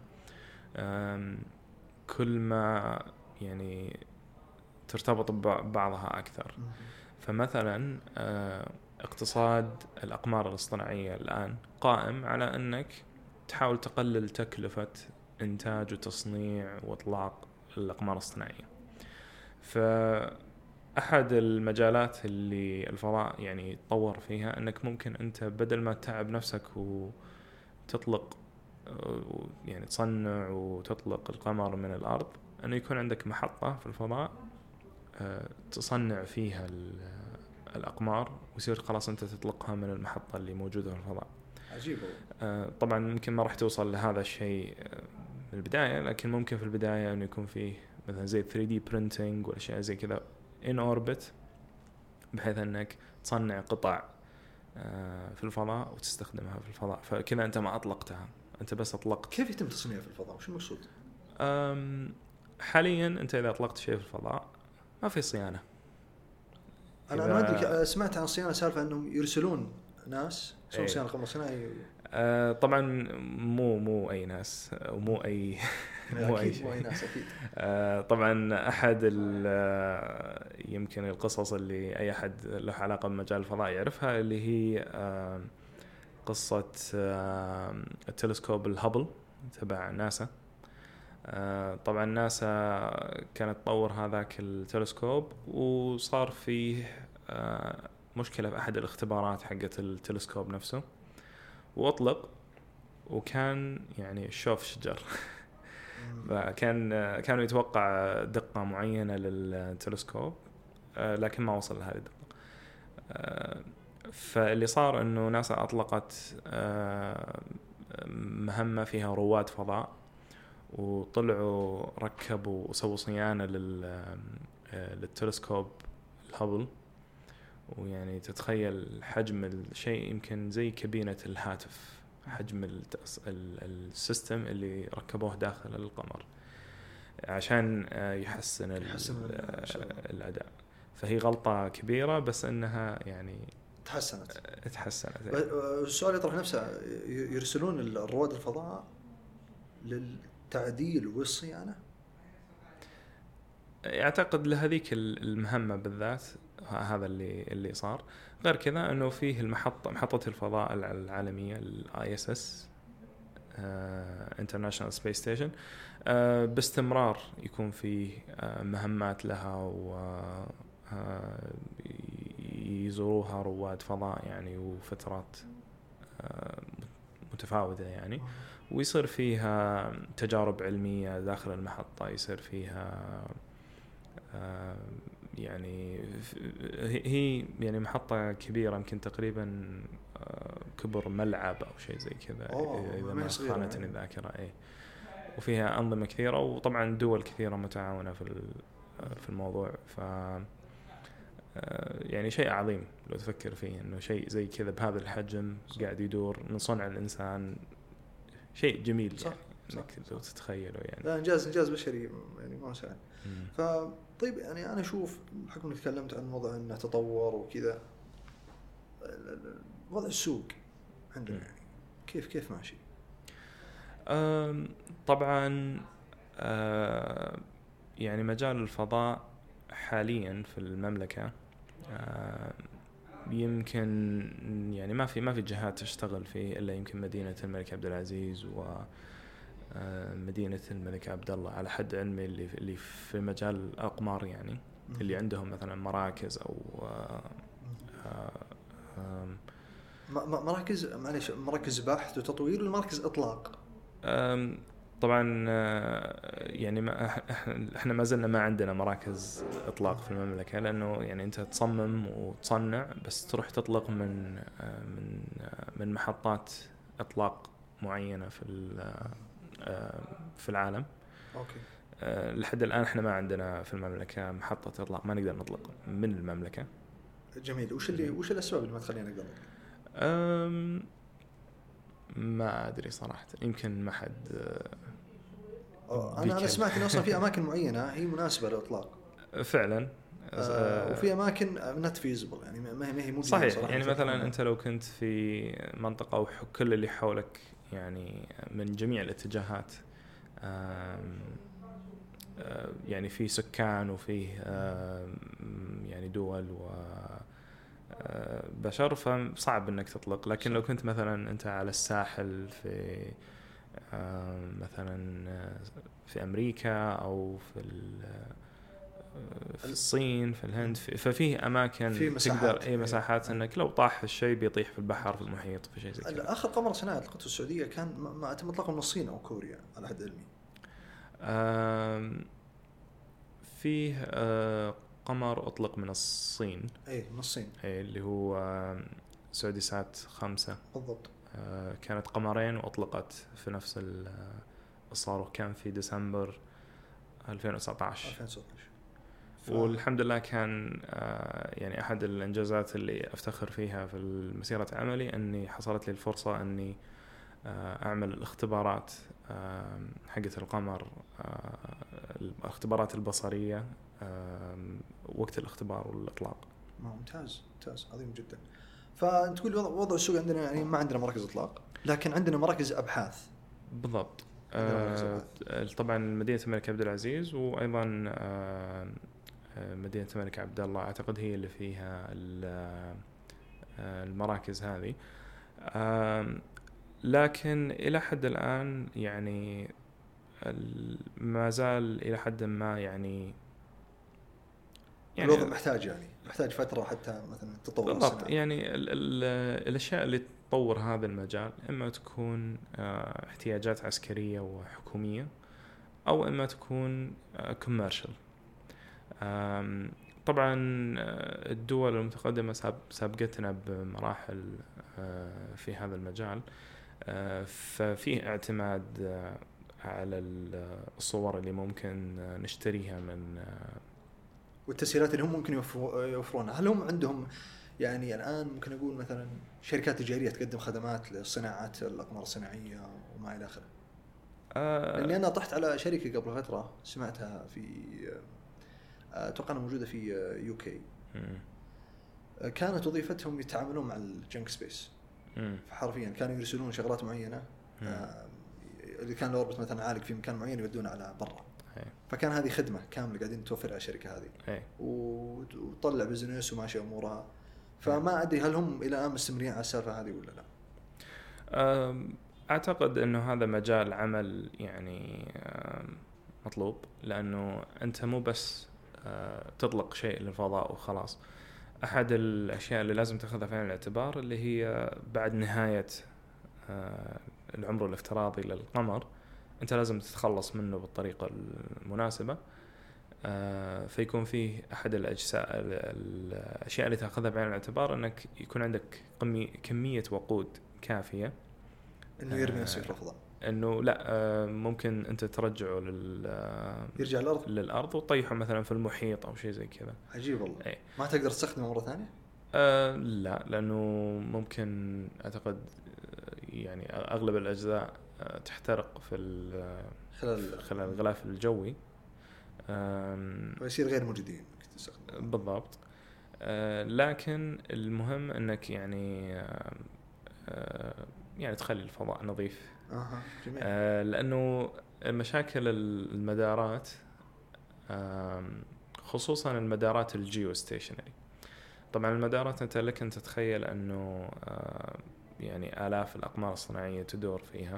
كل ما يعني ترتبط ببعضها أكثر. فمثلا اقتصاد الأقمار الاصطناعية الآن قائم على أنك تحاول تقلل تكلفة إنتاج وتصنيع وإطلاق الأقمار الاصطناعية. فأحد المجالات اللي الفضاء يعني تطور فيها أنك ممكن أنت بدل ما تتعب نفسك وتطلق يعني تصنع وتطلق القمر من الأرض، أنه يكون عندك محطة في الفضاء تصنع فيها الأقمار، ويصير خلاص أنت تطلقها من المحطة اللي موجودة في الفضاء. عجيب. طبعا ممكن ما راح توصل لهذا الشيء من البداية، لكن ممكن في البداية أنه يكون فيه مثلا زي ثري دي printing والأشياء زي كذا in orbit، بحيث أنك تصنع قطع في الفضاء وتستخدمها في الفضاء. فكذا أنت ما أطلقتها، أنت بس أطلقت. كيف يتم تصنيعها في الفضاء؟ وش المقصود؟ حاليا أنت إذا أطلقت شيء في الفضاء ما في صيانة. أنا أنا ما أدري، سمعت عن الصيانة سالفة أنهم يرسلون ناس يسوون صيانة قمر صناعي. آه طبعا مو مو أي ناس ومو أي مو أي شيء. مو أي ناس أكيد. آه طبعا أحد يمكن القصص اللي أي أحد له علاقة بمجال الفضاء يعرفها، اللي هي آه قصة آه التلسكوب الهابل تبع ناسا. آه طبعا ناسا كانت تطور هذاك التلسكوب، وصار فيه آه مشكلة في أحد الاختبارات حقة التلسكوب نفسه، وأطلق وكان يعني الشوف شجر. فكان كانوا يتوقع دقة معينة للتلسكوب لكن ما وصل لهذه الدقة. فاللي صار إنه ناسا أطلقت مهمة فيها رواد فضاء، وطلعوا ركبوا وسووا صيانة للتلسكوب الهابل. ويعني تتخيل حجم الشيء يمكن زي كابينة الهاتف، حجم السيستم اللي ركبوه داخل القمر عشان يحسن, يحسن الأداء. فهي غلطة كبيرة، بس إنها يعني تحسنت تحسنت السؤال يطرح نفسه، يرسلون الرواد الفضاء للتعديل والصيانة؟ أعتقد لهذيك المهمة بالذات هذا اللي اللي صار. غير كذا انه فيه المحطه محطه الفضاء العالميه الاي اس اس International Space Station باستمرار يكون فيه مهمات لها، ويزوروها رواد فضاء يعني وفترات متفاوتة يعني، ويصير فيها تجارب علمية داخل المحطة، يصير فيها يعني هي يعني محطة كبيرة يمكن تقريبا كبر ملعب أو شيء زي كذا إذا ما خانتني الذاكرة. إيه وفيها أنظمة كثيرة، وطبعا دول كثيرة متعاونة في في الموضوع. ف يعني شيء عظيم لو تفكر فيه، إنه شيء زي كذا بهذا الحجم قاعد يدور من صنع الإنسان، شيء جميل يعني إنك لو تتخيله يعني. لا إنجاز إنجاز بشري يعني ما سهل. فطيب يعني أنا أشوف بحكم إنك تكلمت عن موضوع إنه تطور وكذا، وضع السوق عندنا يعني كيف كيف ماشي؟ طبعا يعني مجال الفضاء حاليا في المملكة يمكن يعني ما في ما في جهات تشتغل فيه إلا يمكن مدينة الملك عبد العزيز ومدينة الملك عبد الله على حد علمي، اللي اللي في مجال الأقمار يعني، اللي عندهم مثلا مراكز أو مراكز معلش مراكز بحث وتطوير ولا مراكز إطلاق؟ طبعا يعني ما احنا ما زلنا ما عندنا مراكز اطلاق في المملكه، لانه يعني انت تصمم وتصنع بس تروح تطلق من من من محطات اطلاق معينه في في العالم. اوكي. لحد الان احنا ما عندنا في المملكه محطه اطلاق، ما نقدر نطلق من المملكه. جميل. وش اللي وش الاسباب اللي ما تخلينا نقدر؟ ما ادري صراحه، يمكن ما حد. انا انا سمعت ان اصلا في اماكن معينه هي مناسبه للاطلاق فعلا. آه وفي اماكن نت فيزبل يعني ما هي ما هي موجوده صحيح صراحة. يعني مثلا انت لو كنت في منطقه وكل اللي حولك يعني من جميع الاتجاهات يعني في سكان وفيه يعني دول و بشر، فصعب انك تطلق. لكن صح. لو كنت مثلا انت على الساحل في مثلا في امريكا او في في الصين في الهند في ففيه اماكن في تقدر اي مساحات إيه. انك لو طاح الشيء بيطيح في البحر في المحيط في شيء زي كذا. اخر قمر صناعي اطلقته السعوديه كان ما تم اطلاقه من الصين او كوريا على حد علمي. فيه قمر أطلق من الصين. إيه من الصين. إيه اللي هو سعودي سات خمسة. بالضبط. كانت قمرين وأطلقت في نفس الصاروخ، كان في ديسمبر ألفين وتسعة عشر. ألفين وتسعة عشر. ف... والحمد لله كان يعني أحد الإنجازات اللي أفتخر فيها في مسيرة عملي أني حصلت لي الفرصة أني أعمل الاختبارات حقت القمر، الاختبارات البصرية وقت الاختبار والإطلاق. ممتاز ممتاز عظيم جدا. فأنت تقول وضع السوق عندنا يعني ما عندنا مراكز إطلاق، لكن عندنا مراكز أبحاث. بالضبط. آه طبعا مدينة الملك عبد العزيز، وأيضا آه مدينة الملك عبد الله أعتقد هي اللي فيها المراكز هذه. آه لكن إلى حد الآن يعني ما زال إلى حد ما يعني يعني الوضع محتاج يعني محتاج فترة حتى مثلا تطور. بالضبط. يعني ال ال الأشياء اللي تطور هذا المجال إما تكون احتياجات عسكرية وحكومية أو إما تكون كوميرشال. طبعا الدول المتقدمة سابقتنا بمراحل في هذا المجال، ففيه اعتماد على الصور اللي ممكن نشتريها من والتسهيلات اللي هم ممكن يوفرونها. هل هم عندهم يعني الآن ممكن أقول مثلا شركات تجارية تقدم خدمات لصناعة الأقمار الصناعية وما إلى آخره؟ آه لأني أنا طحت على شركة قبل فترة سمعتها في أتوقع موجودة في يوكي، كانت وظيفتهم يتعاملون مع الجنك سبيس. فحرفيا كانوا يرسلون شغلات معينة آه اللي كان لو ربط مثلا عالق في مكان معين يودونه على برا. فكان هذه خدمة كاملة قاعدين توفرها الشركة هذه وتطلع بزنس وماشي أمورها. فما أدري هل هم إلى الآن مستمرين على السالفة هذه ولا لا؟ أعتقد أنه هذا مجال عمل يعني مطلوب، لأنه أنت مو بس تطلق شيء للفضاء وخلاص. أحد الأشياء اللي لازم تأخذها في الاعتبار اللي هي بعد نهاية العمر الافتراضي للقمر أنت لازم تتخلص منه بالطريقة المناسبة. فيكون فيه أحد الأجزاء الأشياء اللي تأخذها بعين الاعتبار أنك يكون عندك كمية وقود كافية إنه يرمي نفسه في الفضاء. إنه لا ممكن أنت ترجعه لل يرجع الأرض للأرض وتطيحه مثلا في المحيط أو شيء زي كذا. عجيب والله. أي. ما تقدر تستخدمه مرة ثانية؟ أه لا، لأنه ممكن أعتقد يعني أغلب الأجزاء تحترق في خلال خلال الغلاف الجوي ويصير غير موجودين. بالضبط. لكن المهم انك يعني يعني تخلي الفضاء نظيف. اها جميل. لانه مشاكل المدارات خصوصا المدارات الجيو ستيشنري. طبعا المدارات انت لك ان تتخيل انه يعني آلاف الأقمار الصناعية تدور فيها.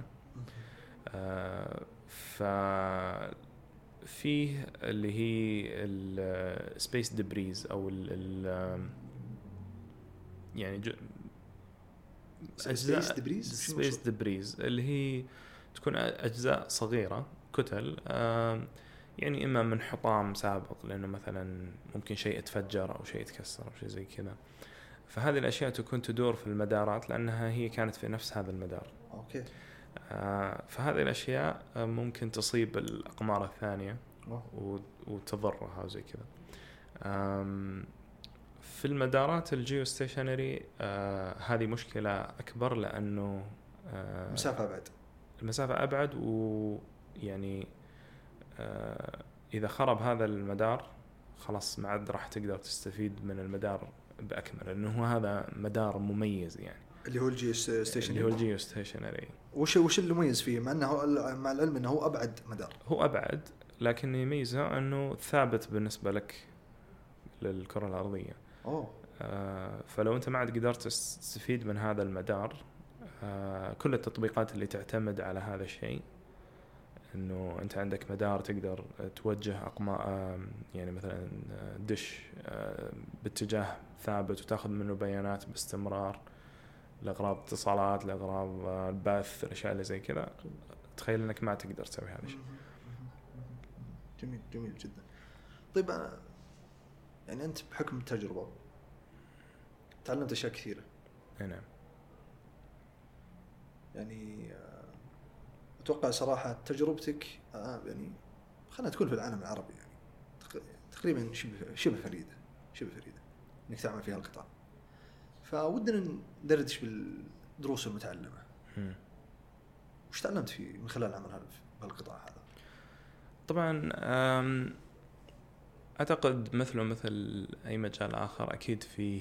ففيه اللي هي السبيس دبريز أو ال يعني أجزاء سبيس دبريز اللي هي تكون أجزاء صغيرة كتل، يعني إما من حطام سابق لأنه مثلا ممكن شيء يتفجر أو شيء يتكسر أو شيء زي كذا. فهذه الأشياء تكون تدور في المدارات لأنها هي كانت في نفس هذا المدار. أوكي. آه فهذه الأشياء ممكن تصيب الأقمار الثانية وتضرها زي كذا. في المدارات الجيوستيشنري آه هذه مشكلة أكبر لأنه آه مسافة أبعد. المسافة أبعد، ويعني آه إذا خرب هذا المدار خلاص ما عاد راح تقدر تستفيد من المدار بأكمل، لأنه هذا مدار مميز يعني اللي هو الجيو ستيشن اللي هو الجيو ستيشنري. وش وش اللي مميز فيه مع انه مع العلم انه هو ابعد مدار؟ هو ابعد، لكن يميزه انه ثابت بالنسبه لك للكره الارضيه. اوه آه فلو انت ما عاد قدرت تستفيد من هذا المدار، آه كل التطبيقات اللي تعتمد على هذا الشيء، انه انت عندك مدار تقدر توجه اقمار، آه يعني مثلا دش آه باتجاه ثابت وتاخذ منه بيانات باستمرار لاغراض اتصالات، لاغراض البث، الاشياء اللي زي كذا. تخيل انك ما تقدر تسوي هذا الشيء. جميل جميل جدا. طيب أنا يعني انت بحكم التجربه تعلمت اشياء كثيره. نعم. يعني اتوقع صراحه تجربتك يعني خلينا تكون في العالم العربي يعني تقريبا شبه شبه فريده شبه فريده انك تعمل فيها القطاع. فودنا ندردش بالدروس المتعلمه. م. وش تعلمت فيه من خلال العمل هذا في القطاع هذا؟ طبعا اعتقد مثله مثل اي مجال اخر اكيد فيه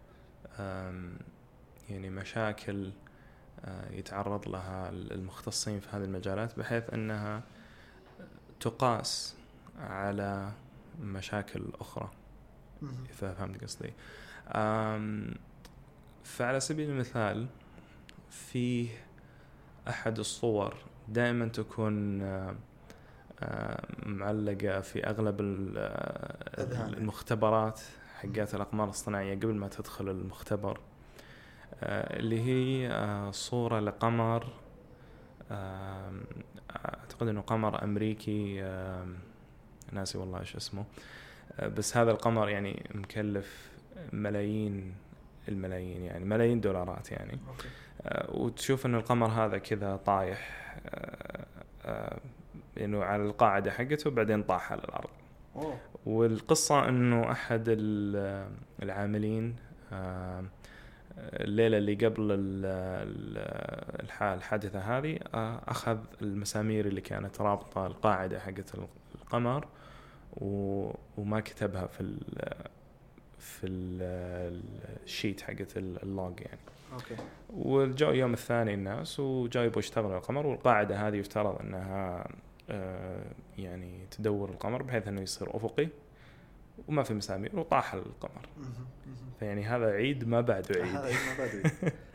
يعني مشاكل يتعرض لها المختصين في هذه المجالات، بحيث انها تقاس على مشاكل اخرى. اذا فهمت قصدي. فعلى سبيل المثال فيه احد الصور دائما تكون معلقة في أغلب المختبرات حقات الأقمار الصناعية قبل ما تدخل المختبر، اللي هي صورة لقمر، أعتقد أنه قمر أمريكي، ناسي والله إيش اسمه، بس هذا القمر يعني مكلف ملايين الملايين يعني ملايين دولارات يعني. وتشوف أنه القمر هذا كذا طايح لأنه يعني على القاعدة حقته بعدين طاح على الأرض. أوه. والقصة أنه أحد العاملين الليلة اللي قبل الحادثة هذه أخذ المسامير اللي كانت رابطة القاعدة حقت القمر وما كتبها في ال في الشيت حقت اللوج يعني. أوكي. والجو يوم الثاني الناس وجاوا يبغوا يشتغلوا القمر، والقاعدة هذه يفترض أنها آه يعني تدور القمر بحيث أنه يصير أفقي وما في مسامير وطاح القمر. فيعني هذا عيد ما بعده عيد. هذا عيد ما بعده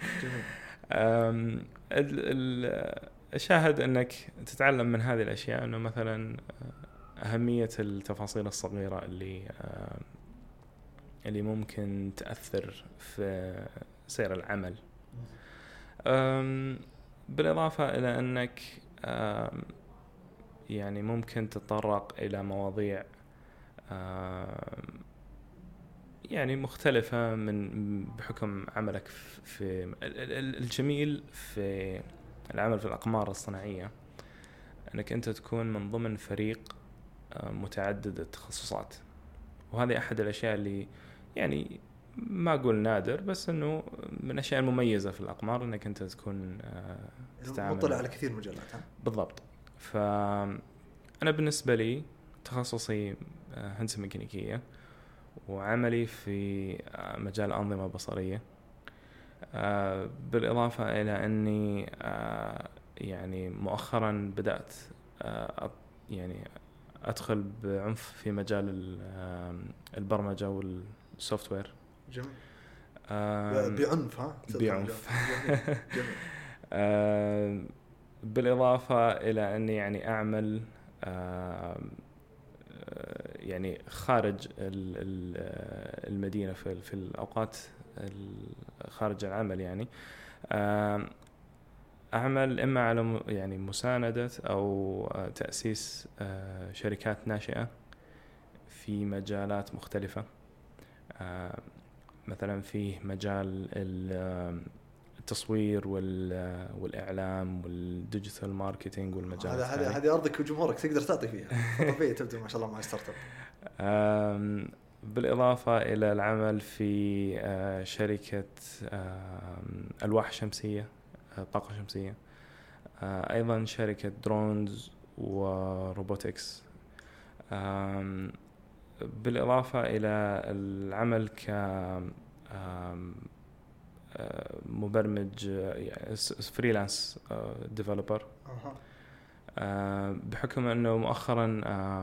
عيد. الشاهد أنك تتعلم من هذه الأشياء، أنه مثلا أهمية التفاصيل الصغيرة اللي آه اللي ممكن تأثر في سير العمل. بالإضافة إلى أنك يعني ممكن تتطرق إلى مواضيع يعني مختلفة من بحكم عملك في الجميل في العمل في الأقمار الصناعية، أنك أنت تكون من ضمن فريق متعدد التخصصات. وهذه أحد الأشياء اللي يعني ما أقول نادر، بس إنه من الأشياء المميزة في الأقمار إنك أنت تكون تتعامل مطلع على كثير مجالات. ها؟ بالضبط. فأنا بالنسبة لي تخصصي هندسة ميكانيكية، وعملي في مجال أنظمة بصرية، بالإضافة إلى أني يعني مؤخرا بدأت يعني أدخل بعنف في مجال البرمجة والسوفت وير. جميل. بعنف ها؟ بعنف. بالإضافة إلى أني يعني أعمل يعني خارج المدينة في في الأوقات خارج العمل، يعني أعمل إما على يعني مساندة أو تأسيس شركات ناشئة في مجالات مختلفة. مثلا في مجال التصوير والإعلام والديجيتال ماركتينج والمجال هذا هذه هذه أرضك وجمهورك تقدر تعطي فيها. طبيعي تبدأ ما شاء الله مع ستارت اب. بالإضافة إلى العمل في شركة ألواح شمسية، طاقة شمسية، أيضا شركة درونز وروبوتكس. بالإضافة إلى العمل ك مبرمج يعني فريلانس ديفلوبر، بحكم أنه مؤخرا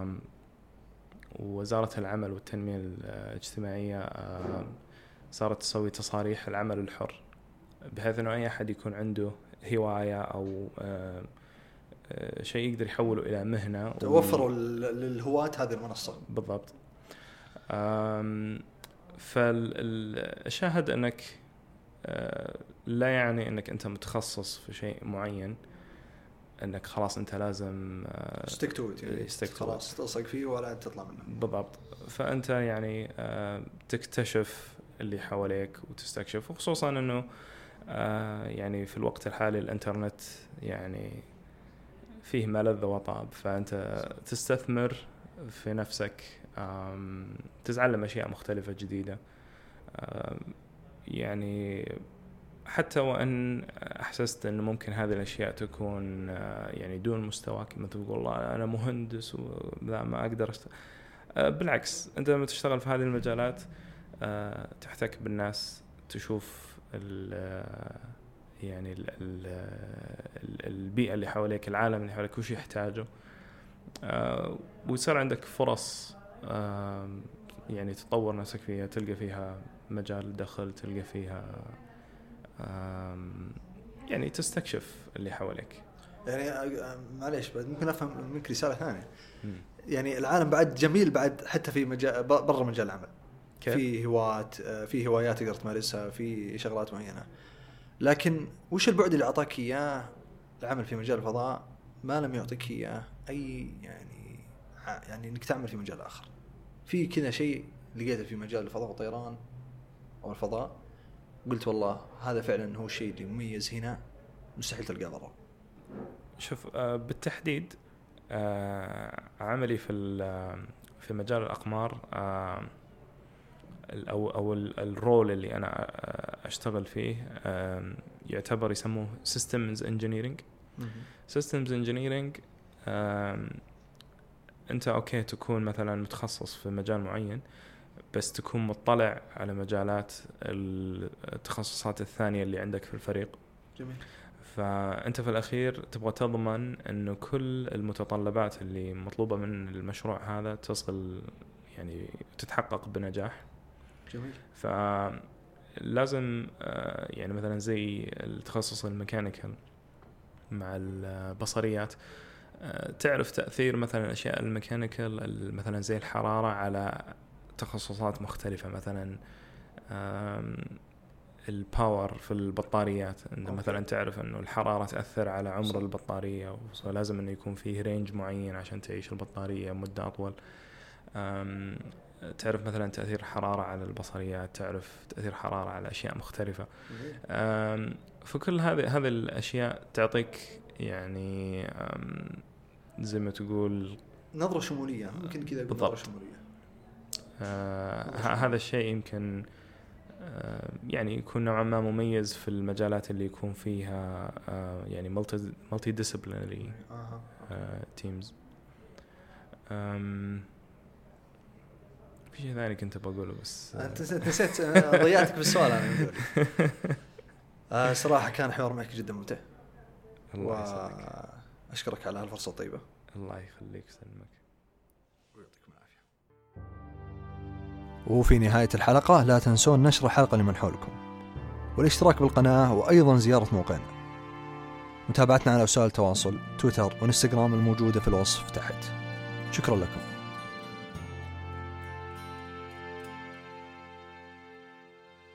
وزارة العمل والتنمية الاجتماعية صارت تسوي تصاريح العمل الحر، بحيث أنه أي أحد يكون عنده هواية أو شيء يقدر يحوله إلى مهنة توفروا للهواة هذه المنصة. بالضبط. فالشاهد أنك لا يعني أنك أنت متخصص في شيء معين أنك خلاص أنت لازم استكتوت يعني خلاص تصق فيه ولا تطلع منه. بالضبط. فأنت يعني تكتشف اللي حواليك وتستكشف، وخصوصا أنه يعني في الوقت الحالي الإنترنت يعني فيه ملذ وطاب، فأنت تستثمر في نفسك، تتعلم أشياء مختلفة جديدة. يعني حتى وأن أحسست أنه ممكن هذه الأشياء تكون يعني دون مستواك، مثل تقول الله أنا مهندس ولا ما أقدر أشتغل. بالعكس، أنت لما تشتغل في هذه المجالات تحتك بالناس، تشوف ال يعني ال ال البيئة اللي حواليك، العالم اللي حواليك وش يحتاجه، ويصير عندك فرص يعني تطور نفسك فيها، تلقى فيها مجال دخل، تلقى فيها يعني تستكشف اللي حواليك. يعني معليش بعد ممكن أفهم منك رسالة ثانية. يعني العالم بعد جميل بعد حتى في مجال برا مجال العمل، في هوايات في هوايات تقدر تمارسها، في شغلات معينة، لكن وش البعد اللي أعطاك إياه العمل في مجال الفضاء ما لم يعطيك إياه أي يعني يعني إنك تعمل في مجال آخر؟ في كذا شيء لقيته في مجال الفضاء والطيران أو الفضاء قلت والله هذا فعلا هو الشيء اللي مميز هنا، مستحيل تلقاه برا. شوف، بالتحديد عملي في في مجال الأقمار، أو أو الرول اللي أنا أشتغل فيه يعتبر يسموه systems engineering. systems engineering أنت أوكي تكون مثلا متخصص في مجال معين، بس تكون مطلع على مجالات التخصصات الثانية اللي عندك في الفريق. جميل. فأنت في الأخير تبغى تضمن إنه كل المتطلبات اللي مطلوبة من المشروع هذا تصل يعني تتحقق بنجاح. جميل. فلازم يعني مثلا زي التخصص الميكانيكال مع البصريات تعرف تأثير مثلا أشياء الميكانيكال مثلا زي الحرارة على تخصصات مختلفة، مثلا الباور في البطاريات، إنه مثلا تعرف إنه الحرارة تأثر على عمر البطارية، ولازم إنه يكون فيه رينج معين عشان تعيش البطارية مدة أطول. تعرف مثلا تأثير الحرارة على البصريات، تعرف تأثير حرارة على أشياء مختلفة. فكل هذه هذه الأشياء تعطيك يعني زي ما تقول نظرة شمولية، ممكن كذا نظرة شمولية. آه هذا الشيء يمكن آه يعني يكون نوعا ما مميز في المجالات اللي يكون فيها آه يعني ملتي ملتي ديسيبلينري تيمز. في شيء ثاني كنت بقوله بس انت نسيت ضيعتك بالسؤال. انا اقول آه صراحة كان حوار معك جدا ممتع، واشكرك على هالفرصة الطيبة. الله يخليك ويسلمك ويعطيكم العافية. وفي نهاية الحلقة لا تنسون نشر الحلقة لمن حولكم، والاشتراك بالقناة، وأيضا زيارة موقعنا. متابعتنا على وسائل التواصل تويتر وانستغرام الموجودة في الوصف تحت. شكرا لكم.